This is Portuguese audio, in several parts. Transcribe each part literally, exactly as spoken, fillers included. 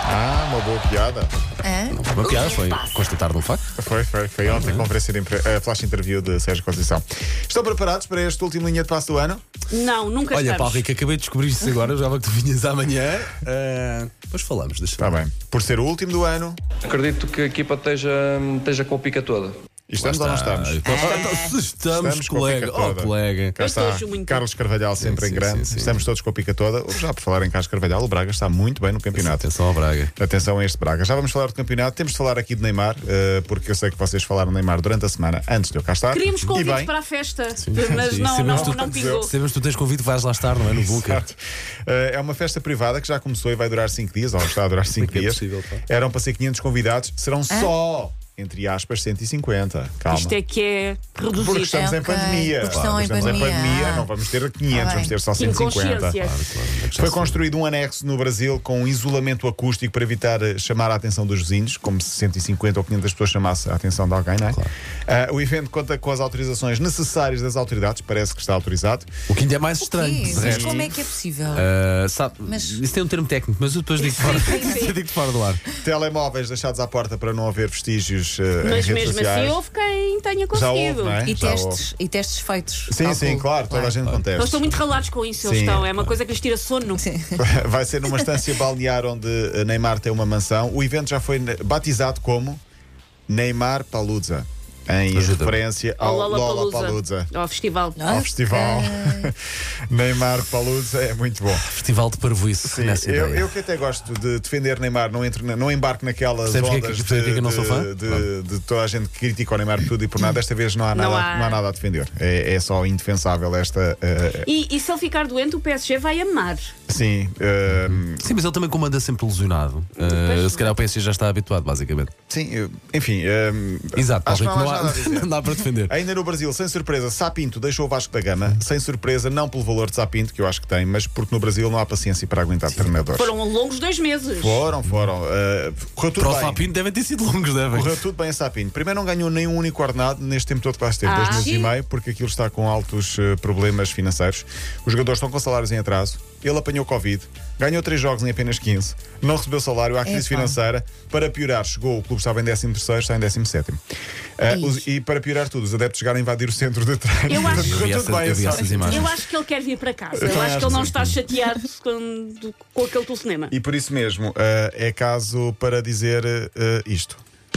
Ah, uma boa piada. É? Uma piada foi constatar um facto. Foi, foi, foi ontem a conferência de impre- a flash interview de Sérgio Conceição. Estão preparados para este último linha de passo do ano? Não, nunca Olha, estamos. Paulo Rico, acabei de descobrir isso agora, já que tu vinhas amanhã. Uh, depois falamos, deixa Está bem. Por ser o último do ano, Acredito que a equipa esteja, esteja com a pica toda. e estamos ou não estamos? Ah, estamos, Estamos com a colega. pica Oh, toda. colega. Cá Eu está estejo muito. Carlos Carvalhal sempre sim, em grande. sim, sim. Estamos todos com a pica toda. Já por falar em Carlos Carvalhal, o Braga está muito bem no campeonato. Atenção ao Braga. Atenção a este Braga. Já vamos falar do campeonato. Temos de falar aqui de Neymar, eh, porque eu sei que vocês falaram de Neymar durante a semana, antes de eu cá estar. Queríamos E convites bem, para a festa, mas sim. não, Sabemos não, tu- não pingou. Sabemos que tu tens convite, vais lá estar, não é? No bunker. Exato. Eh, é uma festa privada que já começou e vai durar cinco dias, ou está a durar cinco que é dias. possível, pá? Eram para ser quinhentos convidados, serão só, entre aspas, cento e cinquenta. Calma. Isto é que é Porque reduzido. estamos em Ok. pandemia. Porque estão em estamos em pandemia. pandemia, não vamos ter quinhentos, Ah, vamos ter só cento e cinquenta. Inconsciência. Claro, claro. Foi construído um anexo no Brasil com isolamento acústico para evitar eh, chamar a atenção dos vizinhos, como se cento e cinquenta ou quinhentas pessoas chamassem a atenção de alguém, não é? Claro. Ah, o evento conta com as autorizações necessárias das autoridades, parece que está autorizado. O que ainda é mais estranho. Sim, de mas resto. como é que é possível? Uh, sabe, Mas- Isso tem um termo técnico, mas eu depois digo fora, eu digo fora do ar. Telemóveis deixados à porta para não haver vestígios eh, em Mas redes mesmo sociais. assim houve quem tenha Já houve, conseguido. não é? E Já testes, e testes feitos. Sim, calculo. sim, claro, toda a gente com Eles testes. estão muito ralados com isso, eles Sim. estão. É uma coisa que lhes tira sono. Sim. Vai ser numa estância balnear onde eh, Neymar tem uma mansão. O evento já foi ne- batizado como Neymar Palooza, em Ajuda-me. referência ao Lollapalooza. Lollapalooza. Ao festival. Ah, Ao festival. ok. Neymar Palooza é muito bom. Festival de parvoíce. Sim, nessa eu, ideia. eu que até gosto de defender Neymar, não, entre, na- não embarque naquelas Sabes porque é que- ondas de, sabes porque é que eu não sou fã? de, de- de toda a gente que critica o Neymar por tudo e por nada. Desta vez não há nada, Não não há- há... nada a defender. É, é só indefensável esta. eh, E, e se ele ficar doente, o P S G vai amar. sim, eh, Sim, mas ele também comanda sempre lesionado. Uh, se calhar o P S G já está habituado, basicamente. sim, eu- enfim. eh, Exato, acho que Paulo não há Rico, nada a dizer. não dá para defender. Ainda no Brasil, sem surpresa, Sapinto deixou o Vasco da Gama. Sem surpresa, não pelo valor de Sapinto, que eu acho que tem, mas porque no Brasil não há paciência para aguentar treinadores. Foram longos dois meses. Foram, foram. Eh, correu tudo Para o bem. Sapinto devem ter sido longos, devem. Correu tudo bem a Sapinto. Primeiro não ganhou nem um único ordenado neste tempo todo que lá esteve, Ah, dois meses sim. e meio, porque aquilo está com altos eh, problemas financeiros. Os jogadores estão com salários em atraso. Ele apanhou Covid, ganhou três jogos em apenas quinze, não recebeu salário, há crise Epá. financeira. Para piorar, chegou, o clube estava em décimo terceiro, está em décimo sétimo. Eh, Ei. os- e para piorar tudo, os adeptos chegaram a invadir o centro de treino. Eu acho- Correu Eu vi tudo essas- bem, eu vi a essas sorte. imagens. Eu acho que ele quer vir para casa. Eu Eu, também acho que acho ele não que está sim. chateado com, com aquele telefonema. E por isso mesmo, eh, é caso para dizer eh, isto.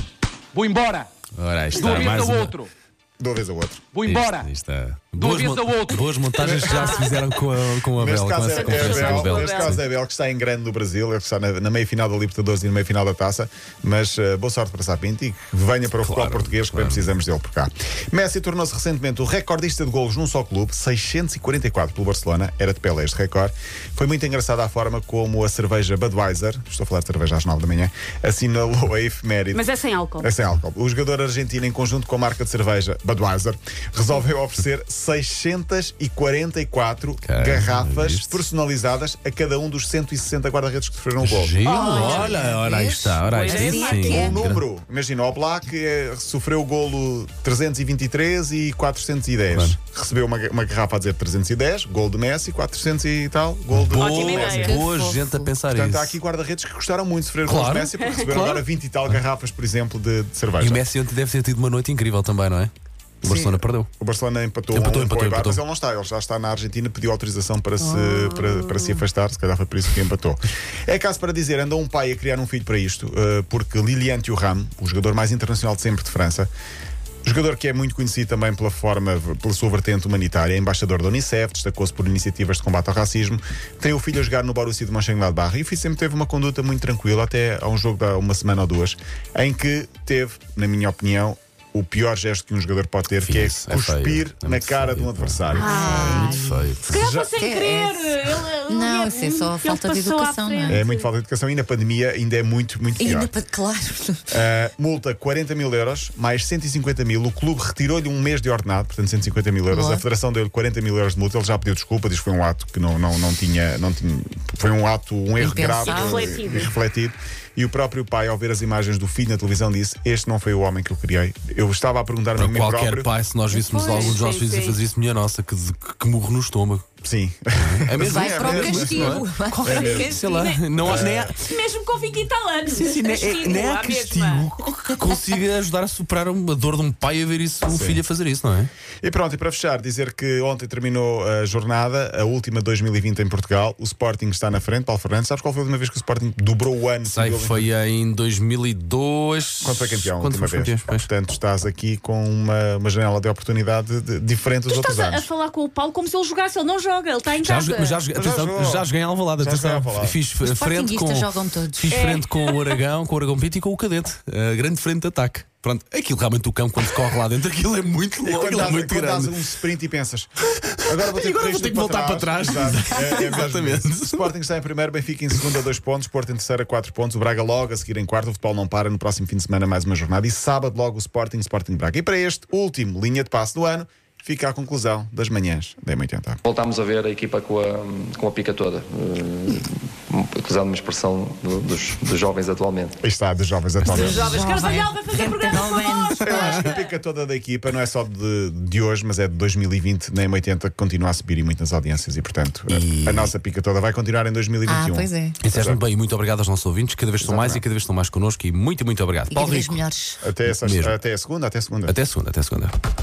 Vou embora. Ora, aí De está uma vez mais ao uma. outro. De uma vez ao outro. Vou embora. Isto, isto está. De uma Boas, vez mon- ao outro. boas montagens que já se fizeram com a, com a Neste Bela, com caso, essa é, é conferência Abel, do Bela. neste caso é Abel, que está em grande no Brasil, ele está na, na meia-final da Libertadores e na meia-final da Taça, mas uh, boa sorte para Sapinto e que venha para o futebol Claro, português, que bem claro. precisamos dele por cá. Messi tornou-se recentemente o recordista de golos num só clube, seiscentos e quarenta e quatro pelo Barcelona, era de Pelé este recorde. Foi muito engraçada a forma como a cerveja Budweiser, estou a falar de cerveja às nove da manhã, assinalou a efeméride. Mas é sem álcool. É sem álcool. O jogador argentino, em conjunto com a marca de cerveja Budweiser, resolveu oferecer seiscentos e quarenta e quatro Caramba, garrafas viste? personalizadas a cada um dos cento e sessenta guarda-redes que sofreram o gol. Giro, Olha, olha, ora aí vês? está, ora aí está. Pois Sim, é, sim. é. Um número, imagina, o Black eh, sofreu o golo trezentos e vinte e três e quatrocentos e dez. Claro. Recebeu uma, uma garrafa a dizer trezentos e dez, gol de Messi, quatrocentos e tal, gol de Boa, Ótima ideia. boa Que gente a fofo. pensar Portanto, isso. há aqui guarda-redes que gostaram muito de sofrer gols Claro. de Messi, porque receberam Claro. agora vinte e tal garrafas, por exemplo, de, de cerveja. E o Messi ontem deve ter tido uma noite incrível também, não é? O Barcelona Sim. perdeu. O Barcelona empatou, Empatou, um empatou, com o Eibar, empatou. mas ele não está, ele já está na Argentina, pediu autorização para se, para, para se afastar, se calhar foi por isso que empatou. É caso para dizer, andou um pai a criar um filho para isto, uh, porque Lilian Thuram, o jogador mais internacional de sempre de França, jogador que é muito conhecido também pela forma, pela sua vertente humanitária, é embaixador da Unicef, destacou-se por iniciativas de combate ao racismo, tem o filho a jogar no Borussia de Mönchengladbach e o filho sempre teve uma conduta muito tranquila, até a um jogo de há uma semana ou duas, em que teve, na minha opinião, o pior gesto que um jogador pode ter, que é Isso, é cuspir feio. É na muito cara feio, de um pá. adversário. É muito feio. Se calhar Já- foi sem É, querer. é- Ele- Não, ele- isso é só ele falta de passou à educação, não é? frente. É muito falta de educação e na pandemia ainda é muito, muito E pior. ainda para claro. Uh, multa quarenta mil euros, mais cento e cinquenta mil. O clube retirou-lhe um mês de ordenado, portanto cento e cinquenta mil euros. Boa. A Federação deu-lhe quarenta mil euros de multa. Ele já pediu desculpa, diz que foi um ato que não, não, não, tinha, não tinha. Foi um ato, um erro grave Impensável. e Irrefletido. refletido. E o próprio pai, ao ver as imagens do filho na televisão, disse: este não foi o homem que eu criei. Eu estava a perguntar-me a Para mim qualquer próprio. pai, se nós víssemos Pois, alguns dos nossos sim, filhos a sim. fazer isso, minha nossa, que, que, que murro no estômago. Sim. É mesmo? Vai é para o mesmo, castigo. não é? Vai para o castigo. Sei lá, não há, nem há, Mesmo com vinte e tal anos. sim, sim, nem, é- Castigo, nem há à mesma. castigo que consiga ajudar a superar a dor de um pai a ver isso, um filho a fazer isso, não é? E pronto, e para fechar, dizer que ontem terminou a jornada, a última de dois mil e vinte em Portugal. O Sporting está na frente, Paulo Fernandes. Sabes qual foi a última vez que o Sporting dobrou o ano? Sei, foi em dois mil e dois. Quando foi campeão, a Quando última foi vez. campeão, pois. Portanto, estás aqui com uma, uma janela de oportunidade de- diferente dos Tu outros estás a, a anos. falar com o Paulo como se ele jogasse. Ele não joga, ele está em Já, casa. joguei- mas já, joguei- Já atenção, jogou. já joguei em Alvalade, Já joguei em atenção. Alvalade. Fiz f- frente com, sportinguistas jogam todos. fiz frente com o Aragão, com o Aragão Pinto e com o Cadete. A grande frente de ataque. Pronto, aquilo realmente o campo quando corre lá dentro, aquilo é muito E longo, quando aquilo é dás, muito quando dás grande. um sprint e pensas agora vou ter, Agora que, vou ter que voltar para trás. Exato. É, é mesmo Exatamente. isso. O Sporting está em primeiro, Benfica em segundo a dois pontos, Porto em terceiro a quatro pontos, o Braga logo a seguir em quarto. O futebol não para, no próximo fim de semana mais uma jornada e sábado logo o Sporting, Sporting Braga. E para este último linha de passe do ano fica a conclusão das manhãs da M oitenta. Voltámos a ver a equipa com a, com a pica toda, uh, usando uma expressão do- dos, dos jovens atualmente. Aí está, dos jovens atualmente. Jovens, Carlos Daniel vai fazer programa connosco. Eu acho que a pica toda da equipa não é só de, de hoje, mas é de dois mil e vinte na M oitenta que continua a subir e muitas audiências e, portanto, a- E- a, nossa pica toda vai continuar em dois mil e vinte e um. Ah, pois é. E disseste muito bem, e muito obrigado aos nossos ouvintes, cada vez estão mais e Exatamente. cada vez estão mais connosco e muito, muito obrigado. E Paulo cada vez Rico, melhores. Até, essa, Mesmo. até a segunda, até a segunda. até segunda, até segunda.